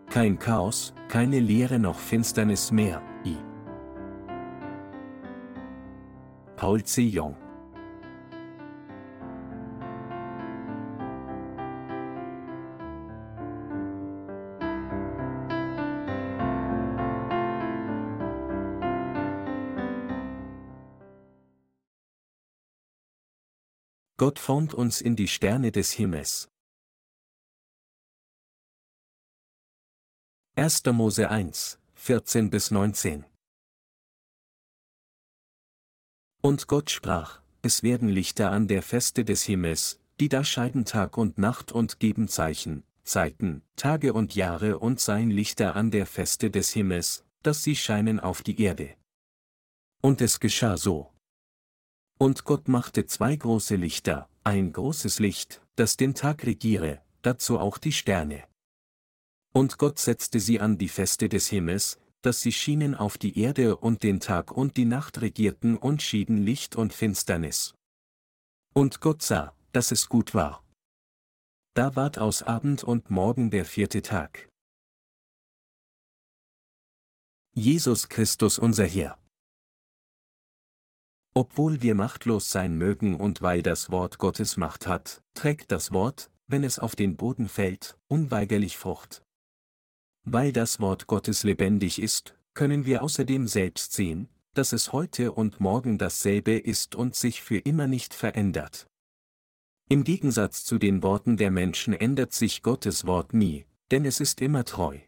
kein Chaos, keine Leere noch Finsternis mehr. I. Paul C. Jong. Gott formt uns in die Sterne des Himmels. 1. Mose 1, 14-19. Und Gott sprach: Es werden Lichter an der Feste des Himmels, die da scheiden Tag und Nacht und geben Zeichen, Zeiten, Tage und Jahre und seien Lichter an der Feste des Himmels, dass sie scheinen auf die Erde. Und es geschah so. Und Gott machte 2 große Lichter, ein großes Licht, das den Tag regiere, dazu auch die Sterne. Und Gott setzte sie an die Feste des Himmels, dass sie schienen auf die Erde und den Tag und die Nacht regierten und schieden Licht und Finsternis. Und Gott sah, dass es gut war. Da ward aus Abend und Morgen der 4. Tag. Jesus Christus unser Herr. Obwohl wir machtlos sein mögen und weil das Wort Gottes Macht hat, trägt das Wort, wenn es auf den Boden fällt, unweigerlich Frucht. Weil das Wort Gottes lebendig ist, können wir außerdem selbst sehen, dass es heute und morgen dasselbe ist und sich für immer nicht verändert. Im Gegensatz zu den Worten der Menschen ändert sich Gottes Wort nie, denn es ist immer treu.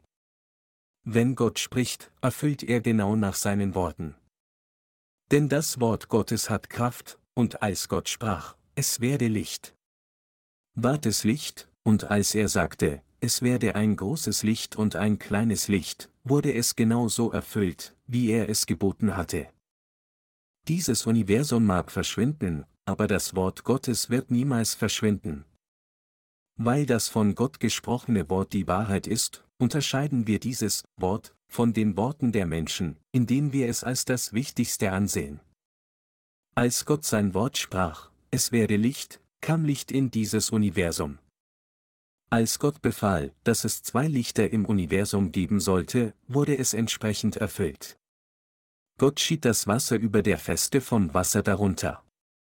Wenn Gott spricht, erfüllt er genau nach seinen Worten. Denn das Wort Gottes hat Kraft, und als Gott sprach, es werde Licht, ward es Licht, und als er sagte, es werde ein großes Licht und ein kleines Licht, wurde es genau so erfüllt, wie er es geboten hatte. Dieses Universum mag verschwinden, aber das Wort Gottes wird niemals verschwinden. Weil das von Gott gesprochene Wort die Wahrheit ist, unterscheiden wir dieses Wort von den Worten der Menschen, indem wir es als das Wichtigste ansehen. Als Gott sein Wort sprach, es werde Licht, kam Licht in dieses Universum. Als Gott befahl, dass es 2 Lichter im Universum geben sollte, wurde es entsprechend erfüllt. Gott schied das Wasser über der Feste vom Wasser darunter.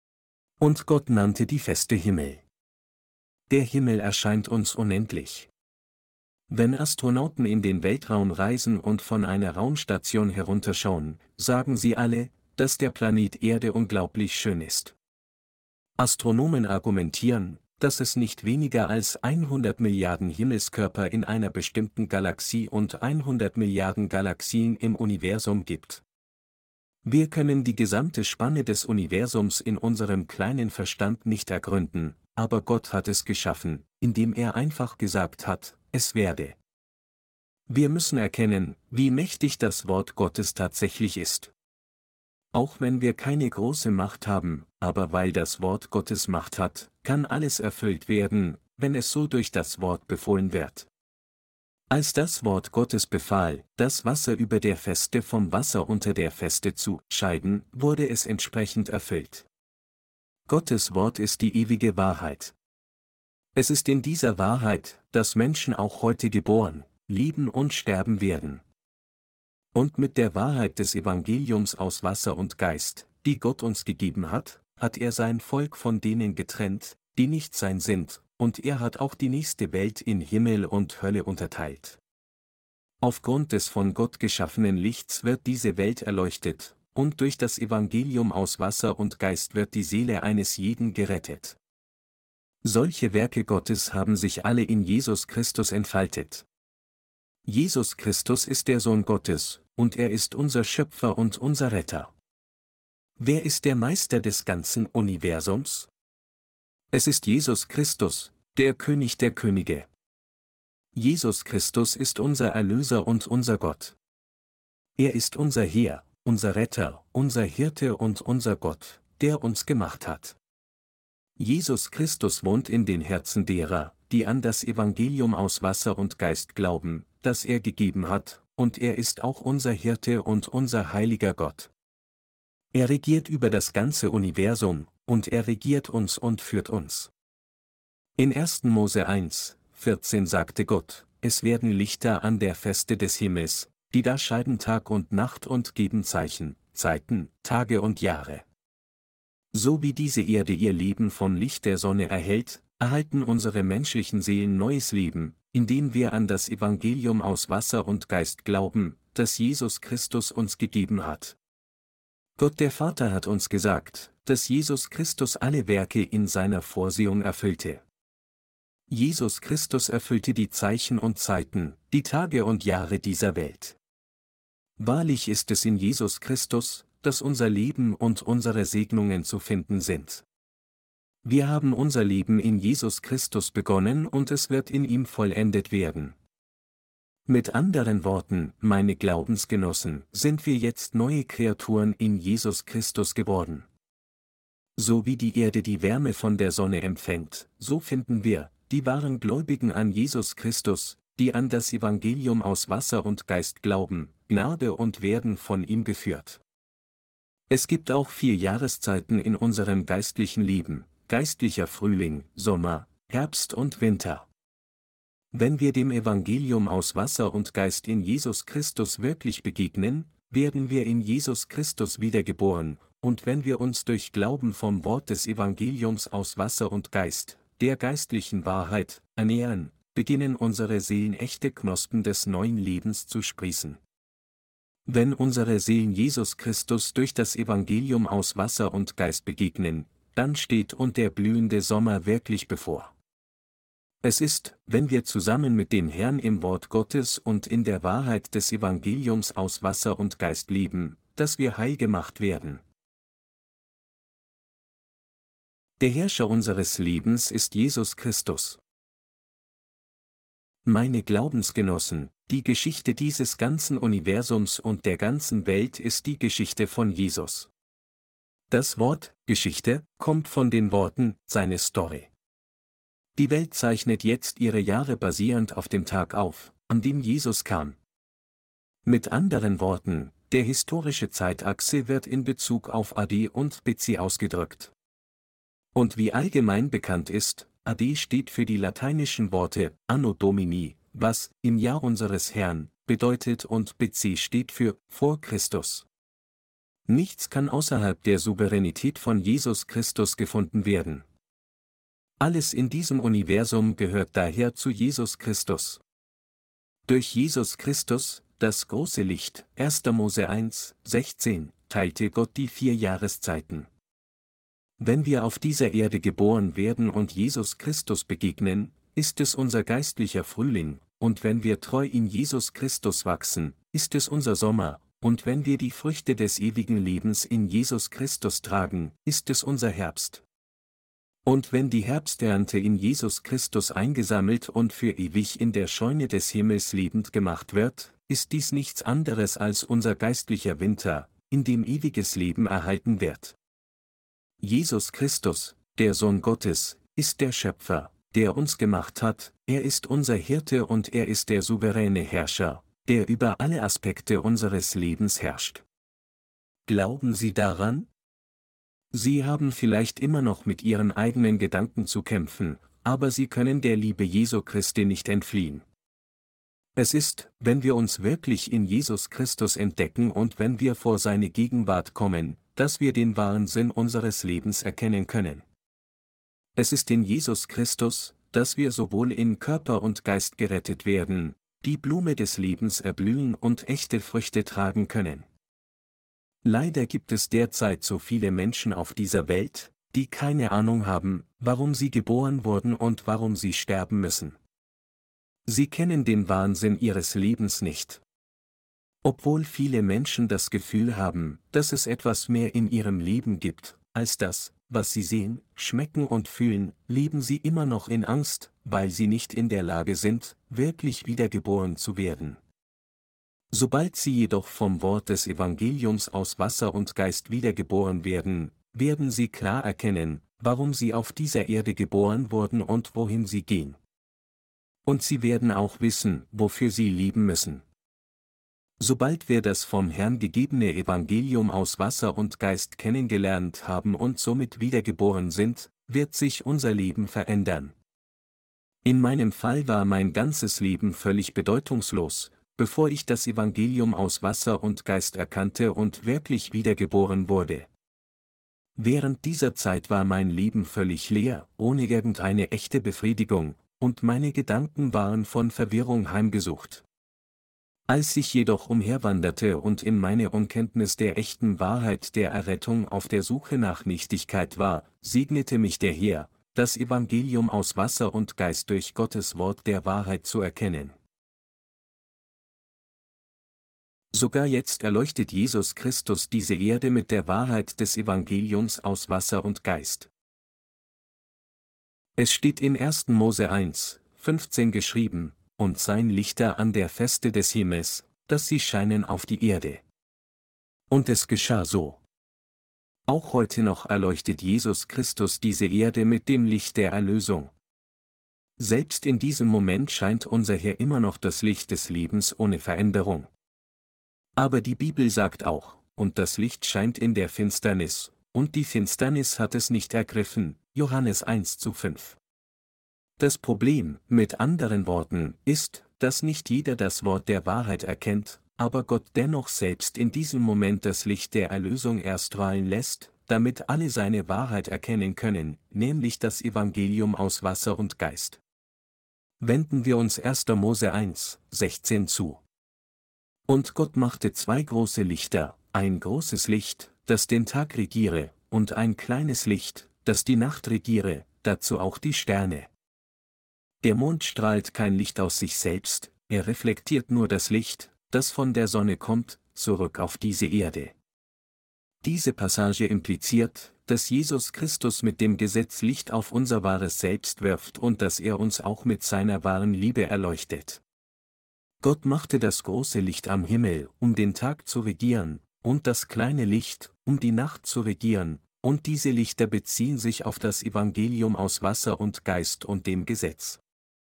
Und Gott nannte die Feste Himmel. Der Himmel erscheint uns unendlich. Wenn Astronauten in den Weltraum reisen und von einer Raumstation herunterschauen, sagen sie alle, dass der Planet Erde unglaublich schön ist. Astronomen argumentieren, dass es nicht weniger als 100 Milliarden Himmelskörper in einer bestimmten Galaxie und 100 Milliarden Galaxien im Universum gibt. Wir können die gesamte Spanne des Universums in unserem kleinen Verstand nicht ergründen, aber Gott hat es geschaffen, indem er einfach gesagt hat, es werde. Wir müssen erkennen, wie mächtig das Wort Gottes tatsächlich ist. Auch wenn wir keine große Macht haben, aber weil das Wort Gottes Macht hat, kann alles erfüllt werden, wenn es so durch das Wort befohlen wird. Als das Wort Gottes befahl, das Wasser über der Feste vom Wasser unter der Feste zu scheiden, wurde es entsprechend erfüllt. Gottes Wort ist die ewige Wahrheit. Es ist in dieser Wahrheit, dass Menschen auch heute geboren, leben und sterben werden. Und mit der Wahrheit des Evangeliums aus Wasser und Geist, die Gott uns gegeben hat, hat er sein Volk von denen getrennt, die nicht sein sind, und er hat auch die nächste Welt in Himmel und Hölle unterteilt. Aufgrund des von Gott geschaffenen Lichts wird diese Welt erleuchtet, und durch das Evangelium aus Wasser und Geist wird die Seele eines jeden gerettet. Solche Werke Gottes haben sich alle in Jesus Christus entfaltet. Jesus Christus ist der Sohn Gottes, und er ist unser Schöpfer und unser Retter. Wer ist der Meister des ganzen Universums? Es ist Jesus Christus, der König der Könige. Jesus Christus ist unser Erlöser und unser Gott. Er ist unser Herr, unser Retter, unser Hirte und unser Gott, der uns gemacht hat. Jesus Christus wohnt in den Herzen derer, die an das Evangelium aus Wasser und Geist glauben, das er gegeben hat, und er ist auch unser Hirte und unser heiliger Gott. Er regiert über das ganze Universum, und er regiert uns und führt uns. In 1. Mose 1, 14 sagte Gott, es werden Lichter an der Feste des Himmels, die da scheiden Tag und Nacht und geben Zeichen, Zeiten, Tage und Jahre. So wie diese Erde ihr Leben vom Licht der Sonne erhält, erhalten unsere menschlichen Seelen neues Leben, indem wir an das Evangelium aus Wasser und Geist glauben, das Jesus Christus uns gegeben hat. Gott der Vater hat uns gesagt, dass Jesus Christus alle Werke in seiner Vorsehung erfüllte. Jesus Christus erfüllte die Zeichen und Zeiten, die Tage und Jahre dieser Welt. Wahrlich ist es in Jesus Christus, dass unser Leben und unsere Segnungen zu finden sind. Wir haben unser Leben in Jesus Christus begonnen und es wird in ihm vollendet werden. Mit anderen Worten, meine Glaubensgenossen, sind wir jetzt neue Kreaturen in Jesus Christus geworden. So wie die Erde die Wärme von der Sonne empfängt, so finden wir, die wahren Gläubigen an Jesus Christus, die an das Evangelium aus Wasser und Geist glauben, Gnade und werden von ihm geführt. Es gibt auch 4 Jahreszeiten in unserem geistlichen Leben: geistlicher Frühling, Sommer, Herbst und Winter. Wenn wir dem Evangelium aus Wasser und Geist in Jesus Christus wirklich begegnen, werden wir in Jesus Christus wiedergeboren, und wenn wir uns durch Glauben vom Wort des Evangeliums aus Wasser und Geist, der geistlichen Wahrheit, ernähren, beginnen unsere Seelen echte Knospen des neuen Lebens zu sprießen. Wenn unsere Seelen Jesus Christus durch das Evangelium aus Wasser und Geist begegnen, dann steht uns der blühende Sommer wirklich bevor. Es ist, wenn wir zusammen mit dem Herrn im Wort Gottes und in der Wahrheit des Evangeliums aus Wasser und Geist leben, dass wir heil gemacht werden. Der Herrscher unseres Lebens ist Jesus Christus. Meine Glaubensgenossen, die Geschichte dieses ganzen Universums und der ganzen Welt ist die Geschichte von Jesus. Das Wort Geschichte kommt von den Worten seine Story. Die Welt zeichnet jetzt ihre Jahre basierend auf dem Tag auf, an dem Jesus kam. Mit anderen Worten, der historische Zeitachse wird in Bezug auf AD und BC ausgedrückt. Und wie allgemein bekannt ist, AD steht für die lateinischen Worte Anno Domini, was im Jahr unseres Herrn bedeutet, und BC steht für vor Christus. Nichts kann außerhalb der Souveränität von Jesus Christus gefunden werden. Alles in diesem Universum gehört daher zu Jesus Christus. Durch Jesus Christus, das große Licht, 1. Mose 1, 16, teilte Gott die 4 Jahreszeiten. Wenn wir auf dieser Erde geboren werden und Jesus Christus begegnen, ist es unser geistlicher Frühling, und wenn wir treu in Jesus Christus wachsen, ist es unser Sommer, und wenn wir die Früchte des ewigen Lebens in Jesus Christus tragen, ist es unser Herbst. Und wenn die Herbsternte in Jesus Christus eingesammelt und für ewig in der Scheune des Himmels lebend gemacht wird, ist dies nichts anderes als unser geistlicher Winter, in dem ewiges Leben erhalten wird. Jesus Christus, der Sohn Gottes, ist der Schöpfer, der uns gemacht hat, er ist unser Hirte und er ist der souveräne Herrscher, der über alle Aspekte unseres Lebens herrscht. Glauben Sie daran? Sie haben vielleicht immer noch mit Ihren eigenen Gedanken zu kämpfen, aber Sie können der Liebe Jesu Christi nicht entfliehen. Es ist, wenn wir uns wirklich in Jesus Christus entdecken und wenn wir vor seine Gegenwart kommen, dass wir den wahren Sinn unseres Lebens erkennen können. Es ist in Jesus Christus, dass wir sowohl in Körper und Geist gerettet werden, die Blume des Lebens erblühen und echte Früchte tragen können. Leider gibt es derzeit so viele Menschen auf dieser Welt, die keine Ahnung haben, warum sie geboren wurden und warum sie sterben müssen. Sie kennen den Wahnsinn ihres Lebens nicht. Obwohl viele Menschen das Gefühl haben, dass es etwas mehr in ihrem Leben gibt, als das, was sie sehen, schmecken und fühlen, leben sie immer noch in Angst, weil sie nicht in der Lage sind, wirklich wiedergeboren zu werden. Sobald sie jedoch vom Wort des Evangeliums aus Wasser und Geist wiedergeboren werden, werden sie klar erkennen, warum sie auf dieser Erde geboren wurden und wohin sie gehen. Und sie werden auch wissen, wofür sie leben müssen. Sobald wir das vom Herrn gegebene Evangelium aus Wasser und Geist kennengelernt haben und somit wiedergeboren sind, wird sich unser Leben verändern. In meinem Fall war mein ganzes Leben völlig bedeutungslos, bevor ich das Evangelium aus Wasser und Geist erkannte und wirklich wiedergeboren wurde. Während dieser Zeit war mein Leben völlig leer, ohne irgendeine echte Befriedigung, und meine Gedanken waren von Verwirrung heimgesucht. Als ich jedoch umherwanderte und in meine Unkenntnis der echten Wahrheit der Errettung auf der Suche nach Nichtigkeit war, segnete mich der Herr, das Evangelium aus Wasser und Geist durch Gottes Wort der Wahrheit zu erkennen. Sogar jetzt erleuchtet Jesus Christus diese Erde mit der Wahrheit des Evangeliums aus Wasser und Geist. Es steht in 1. Mose 1, 15 geschrieben, und sein Lichter an der Feste des Himmels, dass sie scheinen auf die Erde. Und es geschah so. Auch heute noch erleuchtet Jesus Christus diese Erde mit dem Licht der Erlösung. Selbst in diesem Moment scheint unser Herr immer noch das Licht des Lebens ohne Veränderung. Aber die Bibel sagt auch, und das Licht scheint in der Finsternis, und die Finsternis hat es nicht ergriffen, Johannes 1:5. Das Problem, mit anderen Worten, ist, dass nicht jeder das Wort der Wahrheit erkennt, aber Gott dennoch selbst in diesem Moment das Licht der Erlösung erstrahlen lässt, damit alle seine Wahrheit erkennen können, nämlich das Evangelium aus Wasser und Geist. Wenden wir uns 1. Mose 1:16 zu. Und Gott machte 2 große Lichter, ein großes Licht, das den Tag regiere, und ein kleines Licht, das die Nacht regiere, dazu auch die Sterne. Der Mond strahlt kein Licht aus sich selbst, er reflektiert nur das Licht, das von der Sonne kommt, zurück auf diese Erde. Diese Passage impliziert, dass Jesus Christus mit dem Gesetz Licht auf unser wahres Selbst wirft und dass er uns auch mit seiner wahren Liebe erleuchtet. Gott machte das große Licht am Himmel, um den Tag zu regieren, und das kleine Licht, um die Nacht zu regieren, und diese Lichter beziehen sich auf das Evangelium aus Wasser und Geist und dem Gesetz.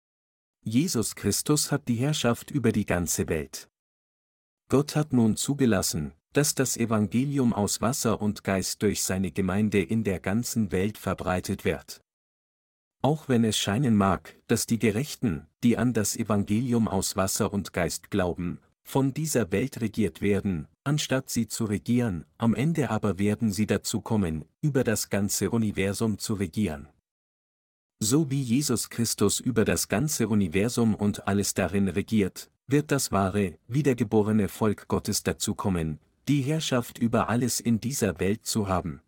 Jesus Christus hat die Herrschaft über die ganze Welt. Gott hat nun zugelassen, dass das Evangelium aus Wasser und Geist durch seine Gemeinde in der ganzen Welt verbreitet wird. Auch wenn es scheinen mag, dass die Gerechten, die an das Evangelium aus Wasser und Geist glauben, von dieser Welt regiert werden, anstatt sie zu regieren, am Ende aber werden sie dazu kommen, über das ganze Universum zu regieren. So wie Jesus Christus über das ganze Universum und alles darin regiert, wird das wahre, wiedergeborene Volk Gottes dazu kommen, die Herrschaft über alles in dieser Welt zu haben.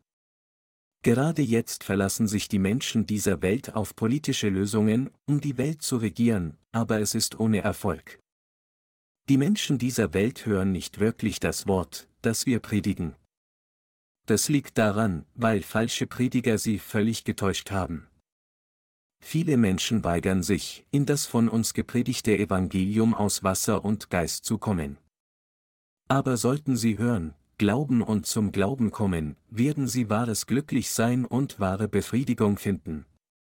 Gerade jetzt verlassen sich die Menschen dieser Welt auf politische Lösungen, um die Welt zu regieren, aber es ist ohne Erfolg. Die Menschen dieser Welt hören nicht wirklich das Wort, das wir predigen. Das liegt daran, weil falsche Prediger sie völlig getäuscht haben. Viele Menschen weigern sich, in das von uns gepredigte Evangelium aus Wasser und Geist zu kommen. Aber sollten sie hören, glauben und zum Glauben kommen, werden sie wahres Glücklichsein und wahre Befriedigung finden.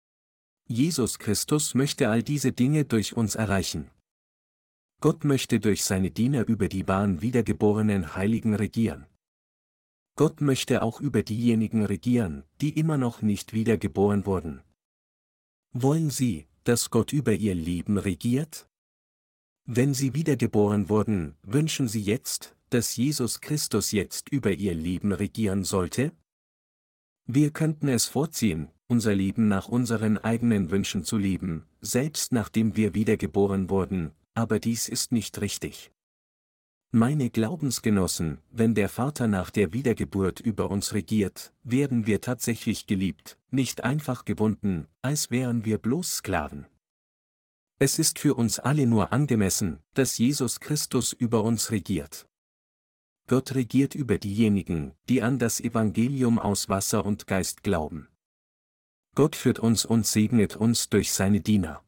Jesus Christus möchte all diese Dinge durch uns erreichen. Gott möchte durch seine Diener über die wahren wiedergeborenen Heiligen regieren. Gott möchte auch über diejenigen regieren, die immer noch nicht wiedergeboren wurden. Wollen Sie, dass Gott über Ihr Leben regiert? Wenn Sie wiedergeboren wurden, wünschen Sie jetzt, dass Jesus Christus jetzt über Ihr Leben regieren sollte? Wir könnten es vorziehen, unser Leben nach unseren eigenen Wünschen zu leben, selbst nachdem wir wiedergeboren wurden, aber dies ist nicht richtig. Meine Glaubensgenossen, wenn der Vater nach der Wiedergeburt über uns regiert, werden wir tatsächlich geliebt, nicht einfach gebunden, als wären wir bloß Sklaven. Es ist für uns alle nur angemessen, dass Jesus Christus über uns regiert. Gott regiert über diejenigen, die an das Evangelium aus Wasser und Geist glauben. Gott führt uns und segnet uns durch seine Diener.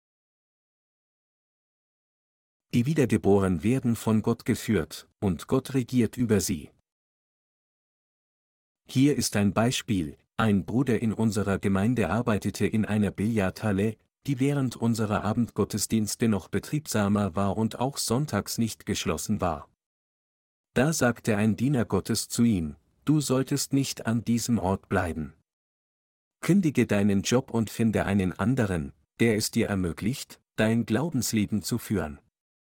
Die Wiedergeboren werden von Gott geführt, und Gott regiert über sie. Hier ist ein Beispiel: Ein Bruder in unserer Gemeinde arbeitete in einer Billardhalle, die während unserer Abendgottesdienste noch betriebsamer war und auch sonntags nicht geschlossen war. Da sagte ein Diener Gottes zu ihm: Du solltest nicht an diesem Ort bleiben. Kündige deinen Job und finde einen anderen, der es dir ermöglicht, dein Glaubensleben zu führen.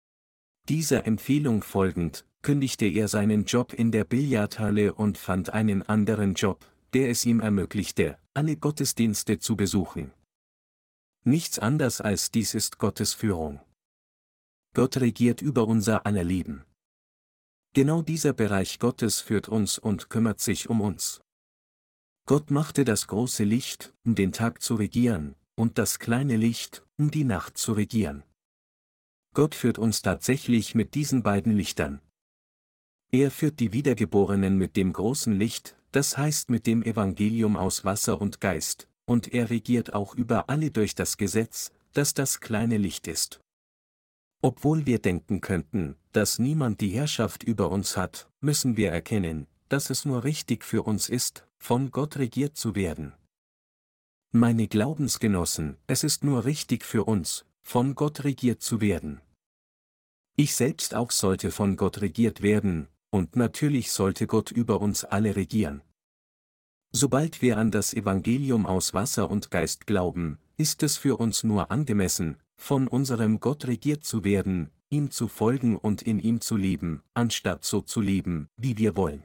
Dieser Empfehlung folgend, kündigte er seinen Job in der Billardhalle und fand einen anderen Job, der es ihm ermöglichte, alle Gottesdienste zu besuchen. Nichts anderes als dies ist Gottes Führung. Gott regiert über unser aller Leben. Genau dieser Bereich Gottes führt uns und kümmert sich um uns. Gott machte das große Licht, um den Tag zu regieren, und das kleine Licht, um die Nacht zu regieren. Gott führt uns tatsächlich mit diesen beiden Lichtern. Er führt die Wiedergeborenen mit dem großen Licht, das heißt mit dem Evangelium aus Wasser und Geist, und er regiert auch über alle durch das Gesetz, das das kleine Licht ist. Obwohl wir denken könnten, dass niemand die Herrschaft über uns hat, müssen wir erkennen, dass es nur richtig für uns ist, von Gott regiert zu werden. Meine Glaubensgenossen, es ist nur richtig für uns, von Gott regiert zu werden. Ich selbst auch sollte von Gott regiert werden, und natürlich sollte Gott über uns alle regieren. Sobald wir an das Evangelium aus Wasser und Geist glauben, ist es für uns nur angemessen, von unserem Gott regiert zu werden, ihm zu folgen und in ihm zu leben, anstatt so zu leben, wie wir wollen.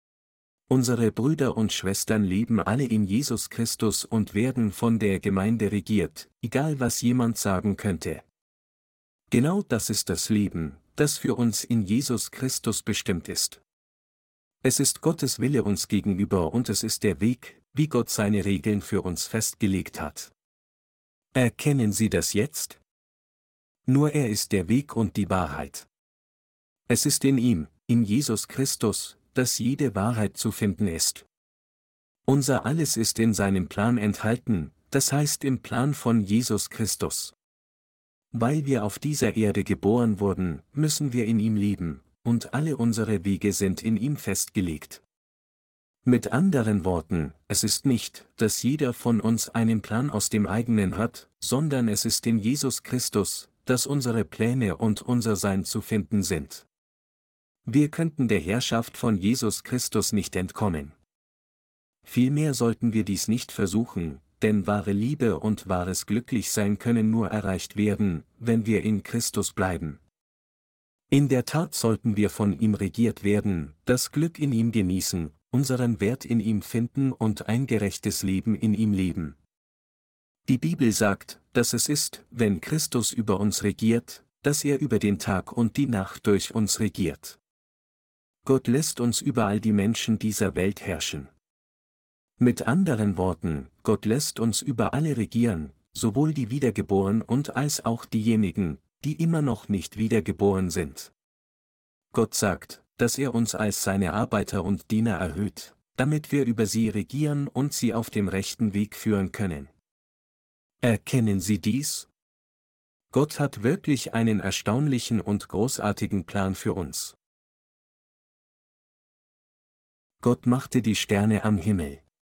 Unsere Brüder und Schwestern leben alle in Jesus Christus und werden von der Gemeinde regiert, egal was jemand sagen könnte. Genau das ist das Leben, das für uns in Jesus Christus bestimmt ist. Es ist Gottes Wille uns gegenüber und es ist der Weg, wie Gott seine Regeln für uns festgelegt hat. Erkennen Sie das jetzt? Nur er ist der Weg und die Wahrheit. Es ist in ihm, in Jesus Christus, dass jede Wahrheit zu finden ist. Unser Alles ist in seinem Plan enthalten, das heißt im Plan von Jesus Christus. Weil wir auf dieser Erde geboren wurden, müssen wir in ihm leben, und alle unsere Wege sind in ihm festgelegt. Mit anderen Worten, es ist nicht, dass jeder von uns einen Plan aus dem eigenen hat, sondern es ist in Jesus Christus, dass unsere Pläne und unser Sein zu finden sind. Wir könnten der Herrschaft von Jesus Christus nicht entkommen. Vielmehr sollten wir dies nicht versuchen, denn wahre Liebe und wahres Glücklichsein können nur erreicht werden, wenn wir in Christus bleiben. In der Tat sollten wir von ihm regiert werden, das Glück in ihm genießen, unseren Wert in ihm finden und ein gerechtes Leben in ihm leben. Die Bibel sagt, dass es ist, wenn Christus über uns regiert, dass er über den Tag und die Nacht durch uns regiert. Gott lässt uns über all die Menschen dieser Welt herrschen. Mit anderen Worten, Gott lässt uns über alle regieren, sowohl die Wiedergeborenen und als auch diejenigen, die immer noch nicht wiedergeboren sind. Gott sagt, dass er uns als seine Arbeiter und Diener erhöht, damit wir über sie regieren und sie auf dem rechten Weg führen können. Erkennen Sie dies? Gott hat wirklich einen erstaunlichen und großartigen Plan für uns. Gott machte die Sterne am Himmel.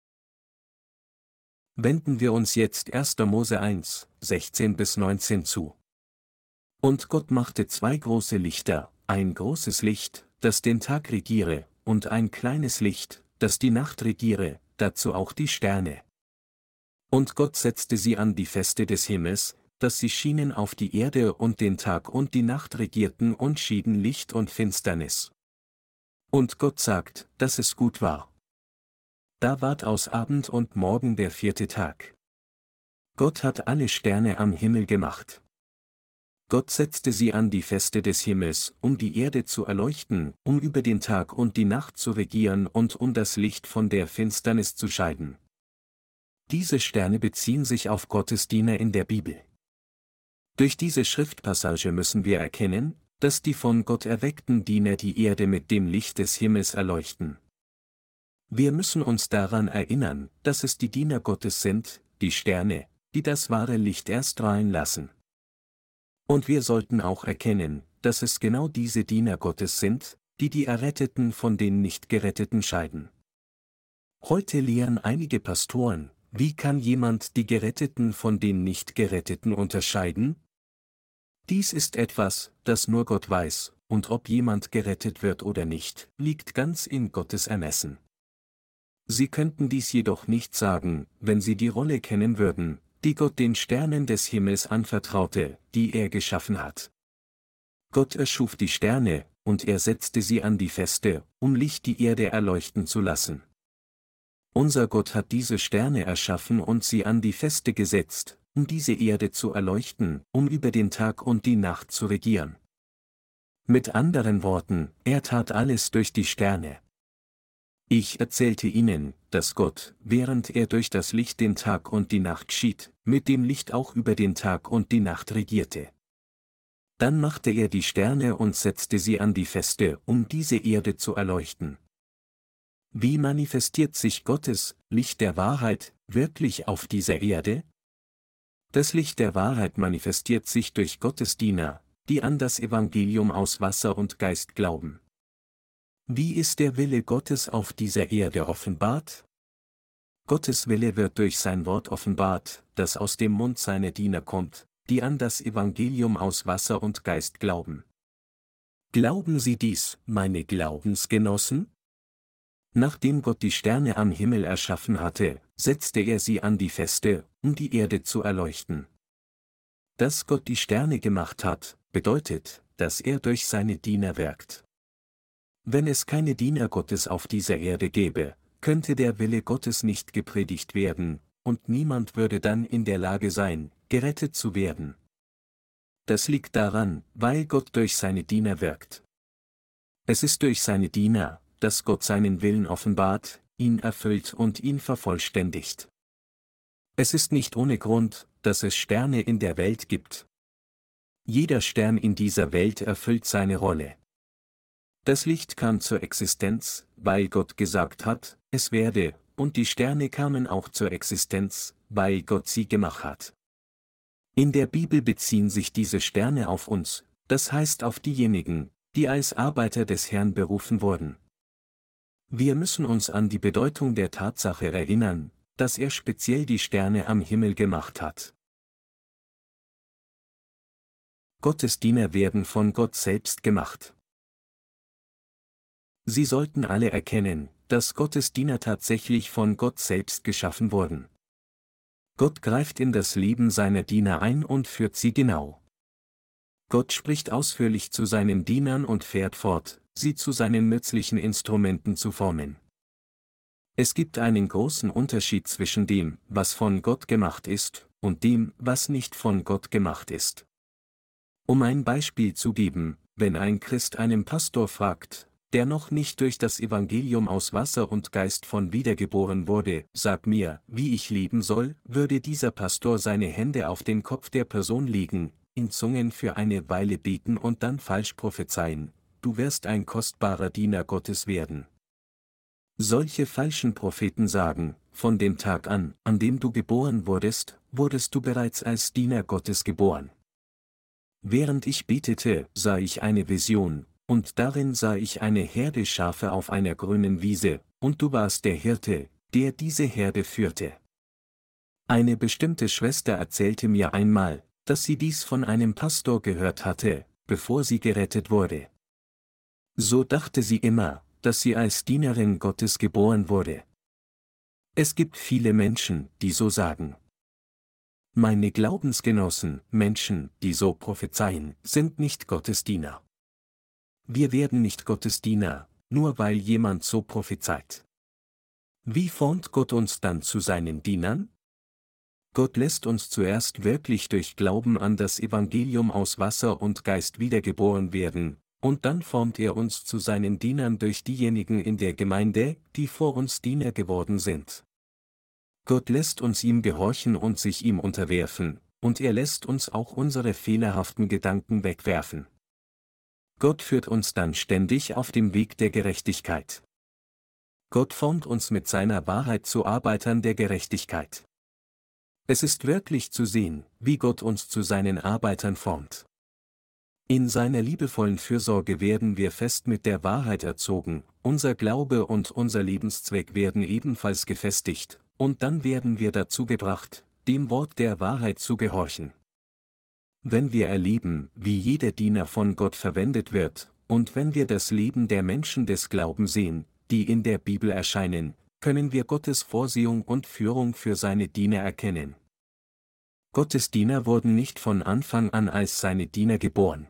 Wenden wir uns jetzt 1. Mose 1, 16-19 zu. Und Gott machte zwei große Lichter, ein großes Licht, das den Tag regiere, und ein kleines Licht, das die Nacht regiere, dazu auch die Sterne. Und Gott setzte sie an die Feste des Himmels, dass sie schienen auf die Erde und den Tag und die Nacht regierten und schieden Licht und Finsternis. Und Gott sagt, dass es gut war. Da ward aus Abend und Morgen der 4. Tag. Gott hat alle Sterne am Himmel gemacht. Gott setzte sie an die Feste des Himmels, um die Erde zu erleuchten, um über den Tag und die Nacht zu regieren und um das Licht von der Finsternis zu scheiden. Diese Sterne beziehen sich auf Gottes Diener in der Bibel. Durch diese Schriftpassage müssen wir erkennen, dass die von Gott erweckten Diener die Erde mit dem Licht des Himmels erleuchten. Wir müssen uns daran erinnern, dass es die Diener Gottes sind, die Sterne, die das wahre Licht erstrahlen lassen. Und wir sollten auch erkennen, dass es genau diese Diener Gottes sind, die die Erretteten von den Nicht-Geretteten scheiden. Heute lehren einige Pastoren, wie kann jemand die Geretteten von den Nicht-Geretteten unterscheiden? Dies ist etwas, das nur Gott weiß, und ob jemand gerettet wird oder nicht, liegt ganz in Gottes Ermessen. Sie könnten dies jedoch nicht sagen, wenn sie die Rolle kennen würden, die Gott den Sternen des Himmels anvertraute, die er geschaffen hat. Gott erschuf die Sterne, und er setzte sie an die Feste, um Licht die Erde erleuchten zu lassen. Unser Gott hat diese Sterne erschaffen und sie an die Feste gesetzt, um diese Erde zu erleuchten, um über den Tag und die Nacht zu regieren. Mit anderen Worten, er tat alles durch die Sterne. Ich erzählte Ihnen, dass Gott, während er durch das Licht den Tag und die Nacht schied, mit dem Licht auch über den Tag und die Nacht regierte. Dann machte er die Sterne und setzte sie an die Feste, um diese Erde zu erleuchten. Wie manifestiert sich Gottes Licht der Wahrheit wirklich auf dieser Erde? Das Licht der Wahrheit manifestiert sich durch Gottes Diener, die an das Evangelium aus Wasser und Geist glauben. Wie ist der Wille Gottes auf dieser Erde offenbart? Gottes Wille wird durch sein Wort offenbart, das aus dem Mund seiner Diener kommt, die an das Evangelium aus Wasser und Geist glauben. Glauben Sie dies, meine Glaubensgenossen? Nachdem Gott die Sterne am Himmel erschaffen hatte, setzte er sie an die Feste, um die Erde zu erleuchten. Dass Gott die Sterne gemacht hat, bedeutet, dass er durch seine Diener wirkt. Wenn es keine Diener Gottes auf dieser Erde gäbe, könnte der Wille Gottes nicht gepredigt werden, und niemand würde dann in der Lage sein, gerettet zu werden. Das liegt daran, weil Gott durch seine Diener wirkt. Es ist durch seine Diener, dass Gott seinen Willen offenbart, ihn erfüllt und ihn vervollständigt. Es ist nicht ohne Grund, dass es Sterne in der Welt gibt. Jeder Stern in dieser Welt erfüllt seine Rolle. Das Licht kam zur Existenz, weil Gott gesagt hat, es werde, und die Sterne kamen auch zur Existenz, weil Gott sie gemacht hat. In der Bibel beziehen sich diese Sterne auf uns, das heißt auf diejenigen, die als Arbeiter des Herrn berufen wurden. Wir müssen uns an die Bedeutung der Tatsache erinnern, dass er speziell die Sterne am Himmel gemacht hat. Gottes Diener werden von Gott selbst gemacht. Sie sollten alle erkennen, dass Gottes Diener tatsächlich von Gott selbst geschaffen wurden. Gott greift in das Leben seiner Diener ein und führt sie genau. Gott spricht ausführlich zu seinen Dienern und fährt fort, sie zu seinen nützlichen Instrumenten zu formen. Es gibt einen großen Unterschied zwischen dem, was von Gott gemacht ist, und dem, was nicht von Gott gemacht ist. Um ein Beispiel zu geben, wenn ein Christ einen Pastor fragt, der noch nicht durch das Evangelium aus Wasser und Geist von wiedergeboren wurde, sag mir, wie ich leben soll, würde dieser Pastor seine Hände auf den Kopf der Person legen, in Zungen für eine Weile beten und dann falsch prophezeien: Du wirst ein kostbarer Diener Gottes werden. Solche falschen Propheten sagen, von dem Tag an dem du geboren wurdest, wurdest du bereits als Diener Gottes geboren. Während ich betete, sah ich eine Vision, und darin sah ich eine Herde Schafe auf einer grünen Wiese, und du warst der Hirte, der diese Herde führte. Eine bestimmte Schwester erzählte mir einmal, dass sie dies von einem Pastor gehört hatte, bevor sie gerettet wurde. So dachte sie immer, dass sie als Dienerin Gottes geboren wurde. Es gibt viele Menschen, die so sagen. Meine Glaubensgenossen, Menschen, die so prophezeien, sind nicht Gottes Diener. Wir werden nicht Gottes Diener, nur weil jemand so prophezeit. Wie formt Gott uns dann zu seinen Dienern? Gott lässt uns zuerst wirklich durch Glauben an das Evangelium aus Wasser und Geist wiedergeboren werden, und dann formt er uns zu seinen Dienern durch diejenigen in der Gemeinde, die vor uns Diener geworden sind. Gott lässt uns ihm gehorchen und sich ihm unterwerfen, und er lässt uns auch unsere fehlerhaften Gedanken wegwerfen. Gott führt uns dann ständig auf dem Weg der Gerechtigkeit. Gott formt uns mit seiner Wahrheit zu Arbeitern der Gerechtigkeit. Es ist wirklich zu sehen, wie Gott uns zu seinen Arbeitern formt. In seiner liebevollen Fürsorge werden wir fest mit der Wahrheit erzogen, unser Glaube und unser Lebenszweck werden ebenfalls gefestigt, und dann werden wir dazu gebracht, dem Wort der Wahrheit zu gehorchen. Wenn wir erleben, wie jeder Diener von Gott verwendet wird, und wenn wir das Leben der Menschen des Glaubens sehen, die in der Bibel erscheinen, können wir Gottes Vorsehung und Führung für seine Diener erkennen. Gottes Diener wurden nicht von Anfang an als seine Diener geboren.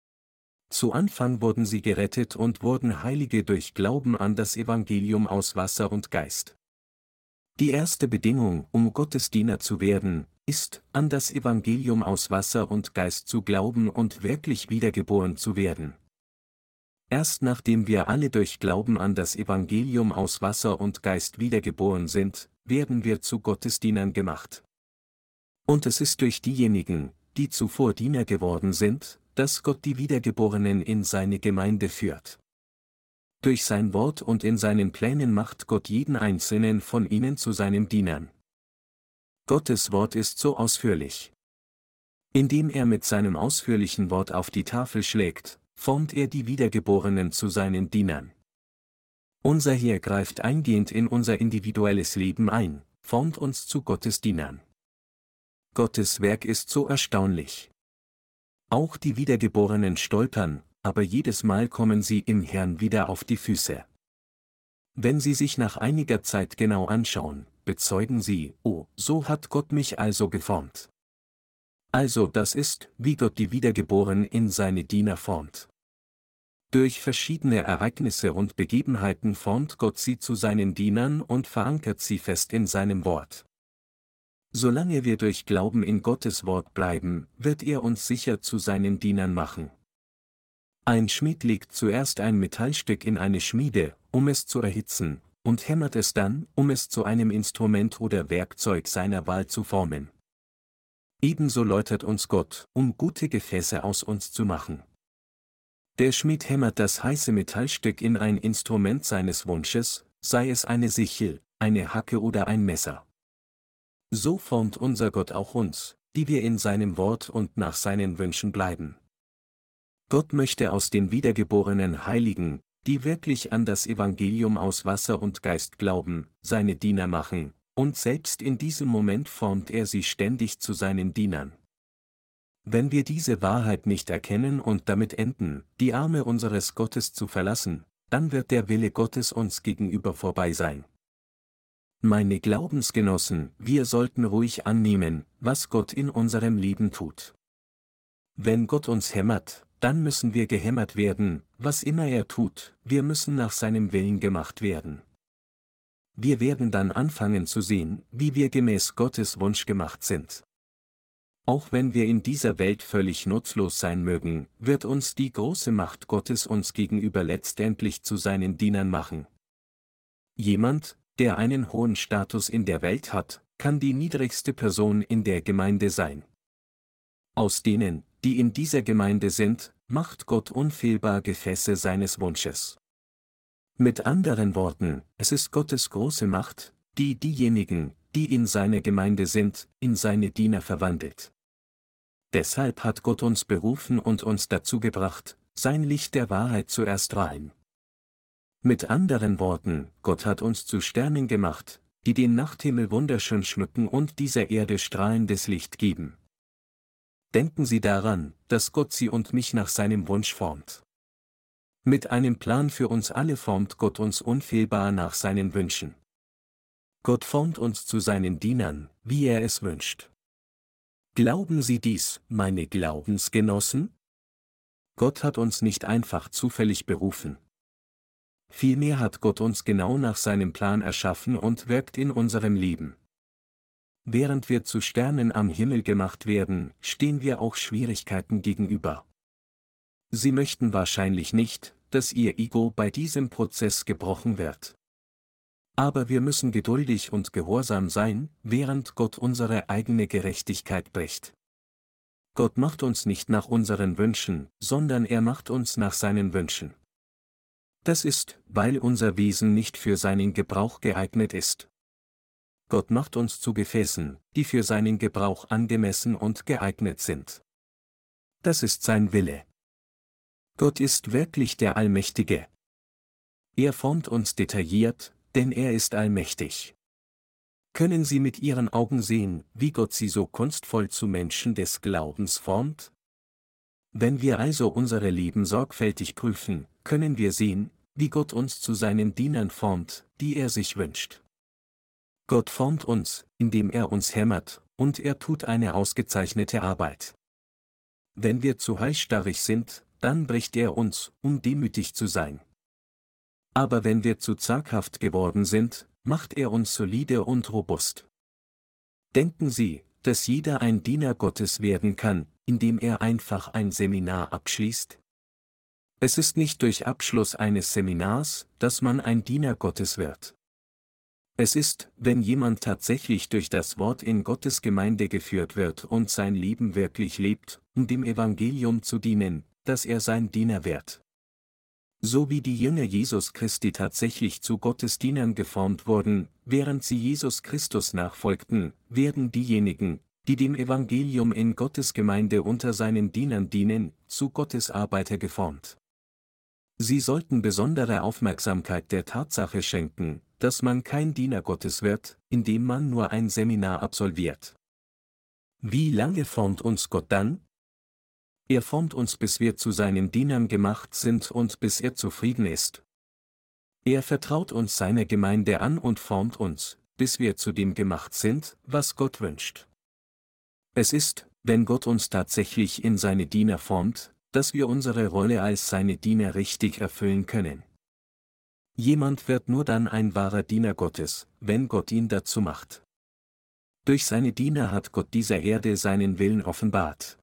Zu Anfang wurden sie gerettet und wurden Heilige durch Glauben an das Evangelium aus Wasser und Geist. Die erste Bedingung, um Gottes Diener zu werden, ist, an das Evangelium aus Wasser und Geist zu glauben und wirklich wiedergeboren zu werden. Erst nachdem wir alle durch Glauben an das Evangelium aus Wasser und Geist wiedergeboren sind, werden wir zu Gottesdienern gemacht. Und es ist durch diejenigen, die zuvor Diener geworden sind, dass Gott die Wiedergeborenen in seine Gemeinde führt. Durch sein Wort und in seinen Plänen macht Gott jeden einzelnen von ihnen zu seinen Dienern. Gottes Wort ist so ausführlich. Indem er mit seinem ausführlichen Wort auf die Tafel schlägt, formt er die Wiedergeborenen zu seinen Dienern. Unser Herr greift eingehend in unser individuelles Leben ein, formt uns zu Gottes Dienern. Gottes Werk ist so erstaunlich. Auch die Wiedergeborenen stolpern, aber jedes Mal kommen sie im Herrn wieder auf die Füße. Wenn sie sich nach einiger Zeit genau anschauen, bezeugen sie, oh, so hat Gott mich also geformt. Also das ist, wie Gott die Wiedergeborenen in seine Diener formt. Durch verschiedene Ereignisse und Begebenheiten formt Gott sie zu seinen Dienern und verankert sie fest in seinem Wort. Solange wir durch Glauben in Gottes Wort bleiben, wird er uns sicher zu seinen Dienern machen. Ein Schmied legt zuerst ein Metallstück in eine Schmiede, um es zu erhitzen, und hämmert es dann, um es zu einem Instrument oder Werkzeug seiner Wahl zu formen. Ebenso läutert uns Gott, um gute Gefäße aus uns zu machen. Der Schmied hämmert das heiße Metallstück in ein Instrument seines Wunsches, sei es eine Sichel, eine Hacke oder ein Messer. So formt unser Gott auch uns, die wir in seinem Wort und nach seinen Wünschen bleiben. Gott möchte aus den wiedergeborenen Heiligen, die wirklich an das Evangelium aus Wasser und Geist glauben, seine Diener machen, und selbst in diesem Moment formt er sie ständig zu seinen Dienern. Wenn wir diese Wahrheit nicht erkennen und damit enden, die Arme unseres Gottes zu verlassen, dann wird der Wille Gottes uns gegenüber vorbei sein. Meine Glaubensgenossen, wir sollten ruhig annehmen, was Gott in unserem Leben tut. Wenn Gott uns hämmert, dann müssen wir gehämmert werden, was immer er tut, wir müssen nach seinem Willen gemacht werden. Wir werden dann anfangen zu sehen, wie wir gemäß Gottes Wunsch gemacht sind. Auch wenn wir in dieser Welt völlig nutzlos sein mögen, wird uns die große Macht Gottes uns gegenüber letztendlich zu seinen Dienern machen. Jemand, der einen hohen Status in der Welt hat, kann die niedrigste Person in der Gemeinde sein. Aus denen, die in dieser Gemeinde sind, macht Gott unfehlbar Gefäße seines Wunsches. Mit anderen Worten, es ist Gottes große Macht, die diejenigen, die in seiner Gemeinde sind, in seine Diener verwandelt. Deshalb hat Gott uns berufen und uns dazu gebracht, sein Licht der Wahrheit zu erstrahlen. Mit anderen Worten, Gott hat uns zu Sternen gemacht, die den Nachthimmel wunderschön schmücken und dieser Erde strahlendes Licht geben. Denken Sie daran, dass Gott Sie und mich nach seinem Wunsch formt. Mit einem Plan für uns alle formt Gott uns unfehlbar nach seinen Wünschen. Gott formt uns zu seinen Dienern, wie er es wünscht. Glauben Sie dies, meine Glaubensgenossen? Gott hat uns nicht einfach zufällig berufen. Vielmehr hat Gott uns genau nach seinem Plan erschaffen und wirkt in unserem Leben. Während wir zu Sternen am Himmel gemacht werden, stehen wir auch Schwierigkeiten gegenüber. Sie möchten wahrscheinlich nicht, dass Ihr Ego bei diesem Prozess gebrochen wird. Aber wir müssen geduldig und gehorsam sein, während Gott unsere eigene Gerechtigkeit bricht. Gott macht uns nicht nach unseren Wünschen, sondern er macht uns nach seinen Wünschen. Das ist, weil unser Wesen nicht für seinen Gebrauch geeignet ist. Gott macht uns zu Gefäßen, die für seinen Gebrauch angemessen und geeignet sind. Das ist sein Wille. Gott ist wirklich der Allmächtige. Er formt uns detailliert, denn er ist allmächtig. Können Sie mit Ihren Augen sehen, wie Gott Sie so kunstvoll zu Menschen des Glaubens formt? Wenn wir also unsere Leben sorgfältig prüfen, können wir sehen, wie Gott uns zu seinen Dienern formt, die er sich wünscht. Gott formt uns, indem er uns hämmert, und er tut eine ausgezeichnete Arbeit. Wenn wir zu halsstarrig sind, dann bricht er uns, um demütig zu sein. Aber wenn wir zu zaghaft geworden sind, macht er uns solide und robust. Denken Sie, dass jeder ein Diener Gottes werden kann, indem er einfach ein Seminar abschließt? Es ist nicht durch Abschluss eines Seminars, dass man ein Diener Gottes wird. Es ist, wenn jemand tatsächlich durch das Wort in Gottes Gemeinde geführt wird und sein Leben wirklich lebt, um dem Evangelium zu dienen, dass er sein Diener wird. So wie die Jünger Jesus Christi tatsächlich zu Gottes Dienern geformt wurden, während sie Jesus Christus nachfolgten, werden diejenigen, die dem Evangelium in Gottes Gemeinde unter seinen Dienern dienen, zu Gottes Arbeiter geformt. Sie sollten besondere Aufmerksamkeit der Tatsache schenken, dass man kein Diener Gottes wird, indem man nur ein Seminar absolviert. Wie lange formt uns Gott dann? Er formt uns, bis wir zu seinen Dienern gemacht sind und bis er zufrieden ist. Er vertraut uns seine Gemeinde an und formt uns, bis wir zu dem gemacht sind, was Gott wünscht. Es ist, wenn Gott uns tatsächlich in seine Diener formt, dass wir unsere Rolle als seine Diener richtig erfüllen können. Jemand wird nur dann ein wahrer Diener Gottes, wenn Gott ihn dazu macht. Durch seine Diener hat Gott dieser Erde seinen Willen offenbart.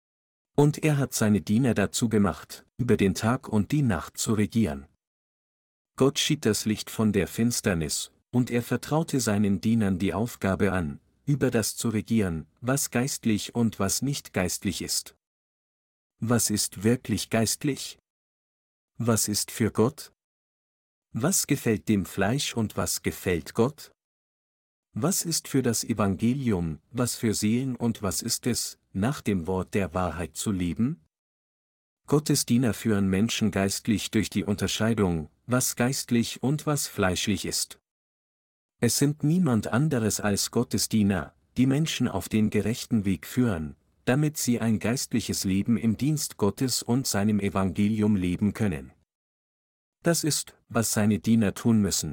Und er hat seine Diener dazu gemacht, über den Tag und die Nacht zu regieren. Gott schied das Licht von der Finsternis, und er vertraute seinen Dienern die Aufgabe an, über das zu regieren, was geistlich und was nicht geistlich ist. Was ist wirklich geistlich? Was ist für Gott? Was gefällt dem Fleisch und was gefällt Gott? Was ist für das Evangelium, was für Seelen und was ist es, nach dem Wort der Wahrheit zu leben? Gottes Diener führen Menschen geistlich durch die Unterscheidung, was geistlich und was fleischlich ist. Es sind niemand anderes als Gottes Diener, die Menschen auf den gerechten Weg führen, damit sie ein geistliches Leben im Dienst Gottes und seinem Evangelium leben können. Das ist, was seine Diener tun müssen.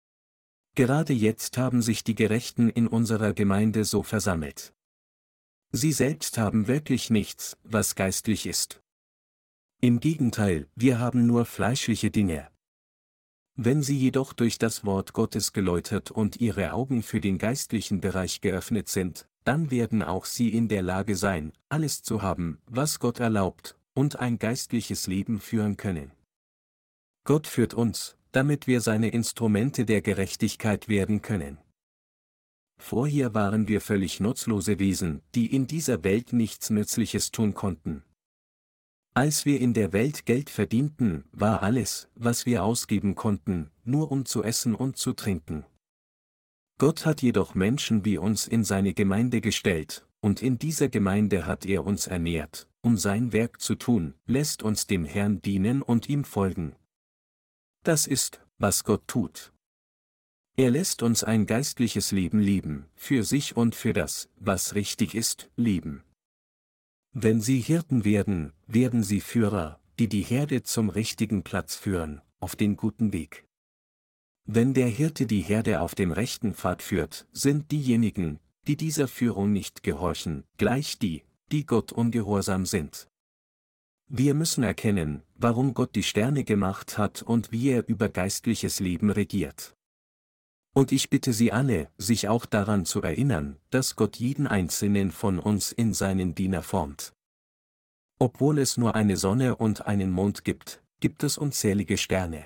Gerade jetzt haben sich die Gerechten in unserer Gemeinde so versammelt. Sie selbst haben wirklich nichts, was geistlich ist. Im Gegenteil, wir haben nur fleischliche Dinge. Wenn sie jedoch durch das Wort Gottes geläutert und ihre Augen für den geistlichen Bereich geöffnet sind, dann werden auch sie in der Lage sein, alles zu haben, was Gott erlaubt, und ein geistliches Leben führen können. Gott führt uns, damit wir seine Instrumente der Gerechtigkeit werden können. Vorher waren wir völlig nutzlose Wesen, die in dieser Welt nichts Nützliches tun konnten. Als wir in der Welt Geld verdienten, war alles, was wir ausgeben konnten, nur um zu essen und zu trinken. Gott hat jedoch Menschen wie uns in seine Gemeinde gestellt, und in dieser Gemeinde hat er uns ernährt, um sein Werk zu tun, lässt uns dem Herrn dienen und ihm folgen. Das ist, was Gott tut. Er lässt uns ein geistliches Leben leben, für sich und für das, was richtig ist, leben. Wenn Sie Hirten werden, werden Sie Führer, die die Herde zum richtigen Platz führen, auf den guten Weg. Wenn der Hirte die Herde auf dem rechten Pfad führt, sind diejenigen, die dieser Führung nicht gehorchen, gleich die, die Gott ungehorsam sind. Wir müssen erkennen, warum Gott die Sterne gemacht hat und wie er über geistliches Leben regiert. Und ich bitte Sie alle, sich auch daran zu erinnern, dass Gott jeden einzelnen von uns in seinen Diener formt. Obwohl es nur eine Sonne und einen Mond gibt, gibt es unzählige Sterne.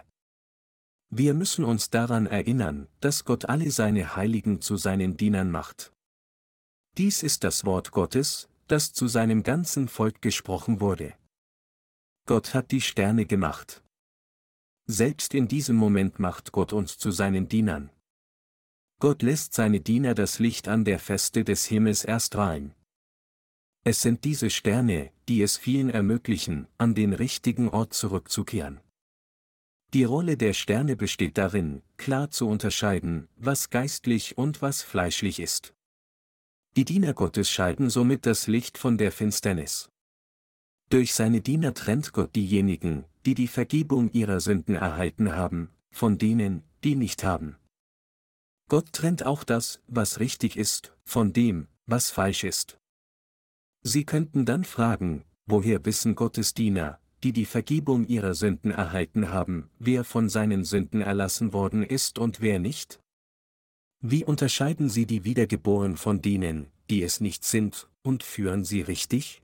Wir müssen uns daran erinnern, dass Gott alle seine Heiligen zu seinen Dienern macht. Dies ist das Wort Gottes, das zu seinem ganzen Volk gesprochen wurde. Gott hat die Sterne gemacht. Selbst in diesem Moment macht Gott uns zu seinen Dienern. Gott lässt seine Diener das Licht an der Feste des Himmels erstrahlen. Es sind diese Sterne, die es vielen ermöglichen, an den richtigen Ort zurückzukehren. Die Rolle der Sterne besteht darin, klar zu unterscheiden, was geistlich und was fleischlich ist. Die Diener Gottes scheiden somit das Licht von der Finsternis. Durch seine Diener trennt Gott diejenigen, die die Vergebung ihrer Sünden erhalten haben, von denen, die nicht haben. Gott trennt auch das, was richtig ist, von dem, was falsch ist. Sie könnten dann fragen, woher wissen Gottes Diener, die die Vergebung ihrer Sünden erhalten haben, wer von seinen Sünden erlassen worden ist und wer nicht? Wie unterscheiden Sie die Wiedergeborenen von denen, die es nicht sind, und führen sie richtig?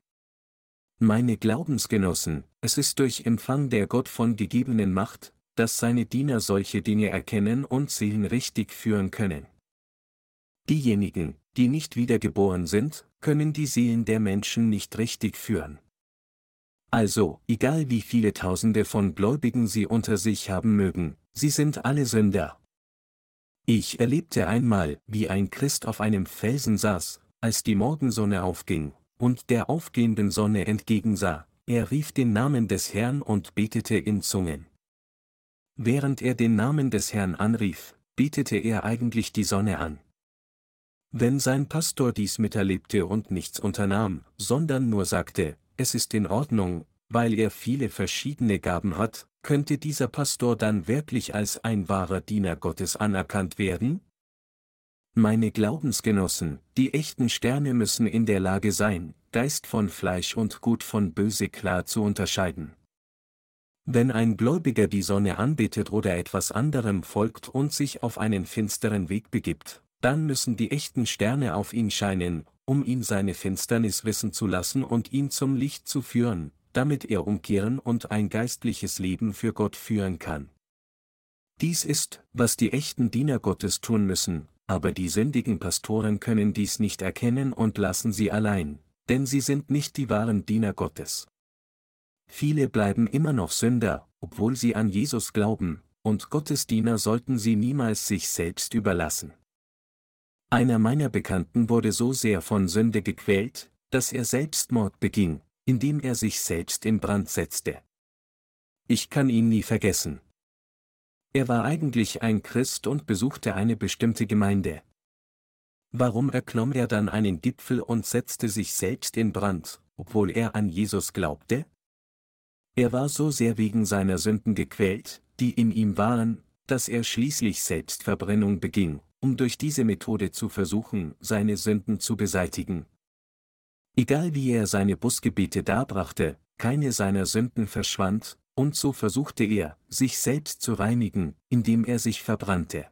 Meine Glaubensgenossen, es ist durch Empfang der Gott von gegebenen Macht, dass seine Diener solche Dinge erkennen und Seelen richtig führen können. Diejenigen, die nicht wiedergeboren sind, können die Seelen der Menschen nicht richtig führen. Also, egal wie viele Tausende von Gläubigen sie unter sich haben mögen, sie sind alle Sünder. Ich erlebte einmal, wie ein Christ auf einem Felsen saß, als die Morgensonne aufging, und der aufgehenden Sonne entgegensah. Er rief den Namen des Herrn und betete in Zungen. Während er den Namen des Herrn anrief, betete er eigentlich die Sonne an. Wenn sein Pastor dies miterlebte und nichts unternahm, sondern nur sagte, es ist in Ordnung, weil er viele verschiedene Gaben hat, könnte dieser Pastor dann wirklich als ein wahrer Diener Gottes anerkannt werden? Meine Glaubensgenossen, die echten Sterne müssen in der Lage sein, Geist von Fleisch und Gut von Böse klar zu unterscheiden. Wenn ein Gläubiger die Sonne anbetet oder etwas anderem folgt und sich auf einen finsteren Weg begibt, dann müssen die echten Sterne auf ihn scheinen, um ihn seine Finsternis wissen zu lassen und ihn zum Licht zu führen, damit er umkehren und ein geistliches Leben für Gott führen kann. Dies ist, was die echten Diener Gottes tun müssen, aber die sündigen Pastoren können dies nicht erkennen und lassen sie allein, denn sie sind nicht die wahren Diener Gottes. Viele bleiben immer noch Sünder, obwohl sie an Jesus glauben, und Gottes Diener sollten sie niemals sich selbst überlassen. Einer meiner Bekannten wurde so sehr von Sünde gequält, dass er Selbstmord beging, indem er sich selbst in Brand setzte. Ich kann ihn nie vergessen. Er war eigentlich ein Christ und besuchte eine bestimmte Gemeinde. Warum erklomm er dann einen Gipfel und setzte sich selbst in Brand, obwohl er an Jesus glaubte? Er war so sehr wegen seiner Sünden gequält, die in ihm waren, dass er schließlich Selbstverbrennung beging, um durch diese Methode zu versuchen, seine Sünden zu beseitigen. Egal wie er seine Bußgebete darbrachte, keine seiner Sünden verschwand, und so versuchte er, sich selbst zu reinigen, indem er sich verbrannte.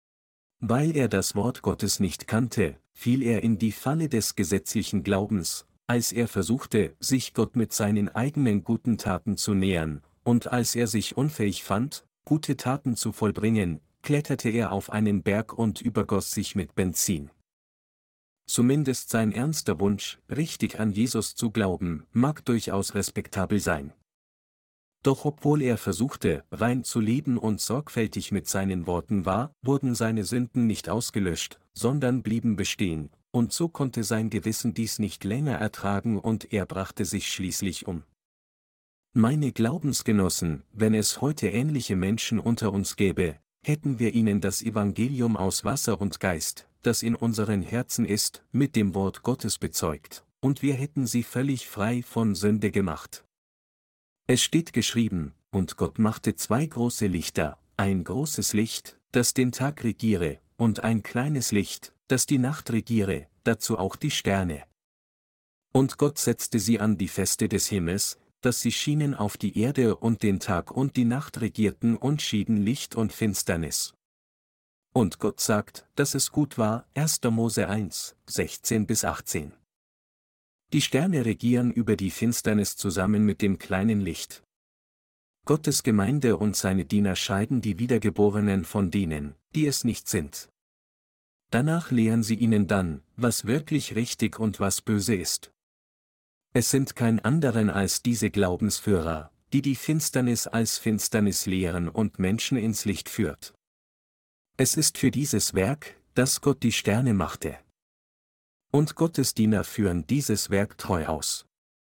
Weil er das Wort Gottes nicht kannte, fiel er in die Falle des gesetzlichen Glaubens, als er versuchte, sich Gott mit seinen eigenen guten Taten zu nähern, und als er sich unfähig fand, gute Taten zu vollbringen, kletterte er auf einen Berg und übergoss sich mit Benzin. Zumindest sein ernster Wunsch, richtig an Jesus zu glauben, mag durchaus respektabel sein. Doch obwohl er versuchte, rein zu leben und sorgfältig mit seinen Worten war, wurden seine Sünden nicht ausgelöscht, sondern blieben bestehen, und so konnte sein Gewissen dies nicht länger ertragen und er brachte sich schließlich um. Meine Glaubensgenossen, wenn es heute ähnliche Menschen unter uns gäbe, hätten wir ihnen das Evangelium aus Wasser und Geist, das in unseren Herzen ist, mit dem Wort Gottes bezeugt, und wir hätten sie völlig frei von Sünde gemacht. Es steht geschrieben, und Gott machte zwei große Lichter, ein großes Licht, das den Tag regiere, und ein kleines Licht, das die Nacht regiere, dazu auch die Sterne. Und Gott setzte sie an die Feste des Himmels, dass sie schienen auf die Erde und den Tag und die Nacht regierten und schieden Licht und Finsternis. Und Gott sagt, dass es gut war, 1. Mose 1, 16-18. Die Sterne regieren über die Finsternis zusammen mit dem kleinen Licht. Gottes Gemeinde und seine Diener scheiden die Wiedergeborenen von denen, die es nicht sind. Danach lehren sie ihnen dann, was wirklich richtig und was böse ist. Es sind kein anderen als diese Glaubensführer, die die Finsternis als Finsternis lehren und Menschen ins Licht führt. Es ist für dieses Werk, dass Gott die Sterne machte. Und Gottes Diener führen dieses Werk treu aus.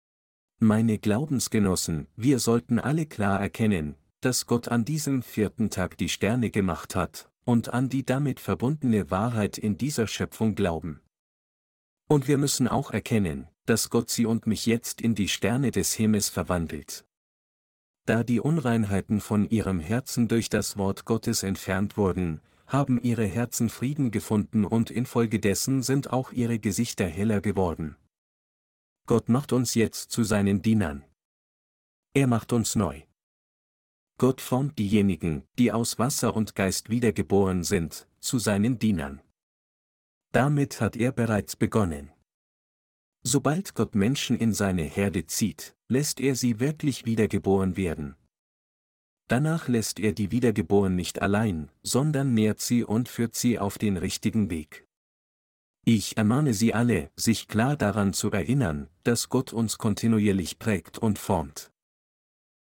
Meine Glaubensgenossen, wir sollten alle klar erkennen, dass Gott an diesem 4. Tag die Sterne gemacht hat, und an die damit verbundene Wahrheit in dieser Schöpfung glauben. Und wir müssen auch erkennen, dass Gott sie und mich jetzt in die Sterne des Himmels verwandelt. Da die Unreinheiten von ihrem Herzen durch das Wort Gottes entfernt wurden, haben ihre Herzen Frieden gefunden und infolgedessen sind auch ihre Gesichter heller geworden. Gott macht uns jetzt zu seinen Dienern. Er macht uns neu. Gott formt diejenigen, die aus Wasser und Geist wiedergeboren sind, zu seinen Dienern. Damit hat er bereits begonnen. Sobald Gott Menschen in seine Herde zieht, lässt er sie wirklich wiedergeboren werden. Danach lässt er die Wiedergeborenen nicht allein, sondern nährt sie und führt sie auf den richtigen Weg. Ich ermahne Sie alle, sich klar daran zu erinnern, dass Gott uns kontinuierlich prägt und formt.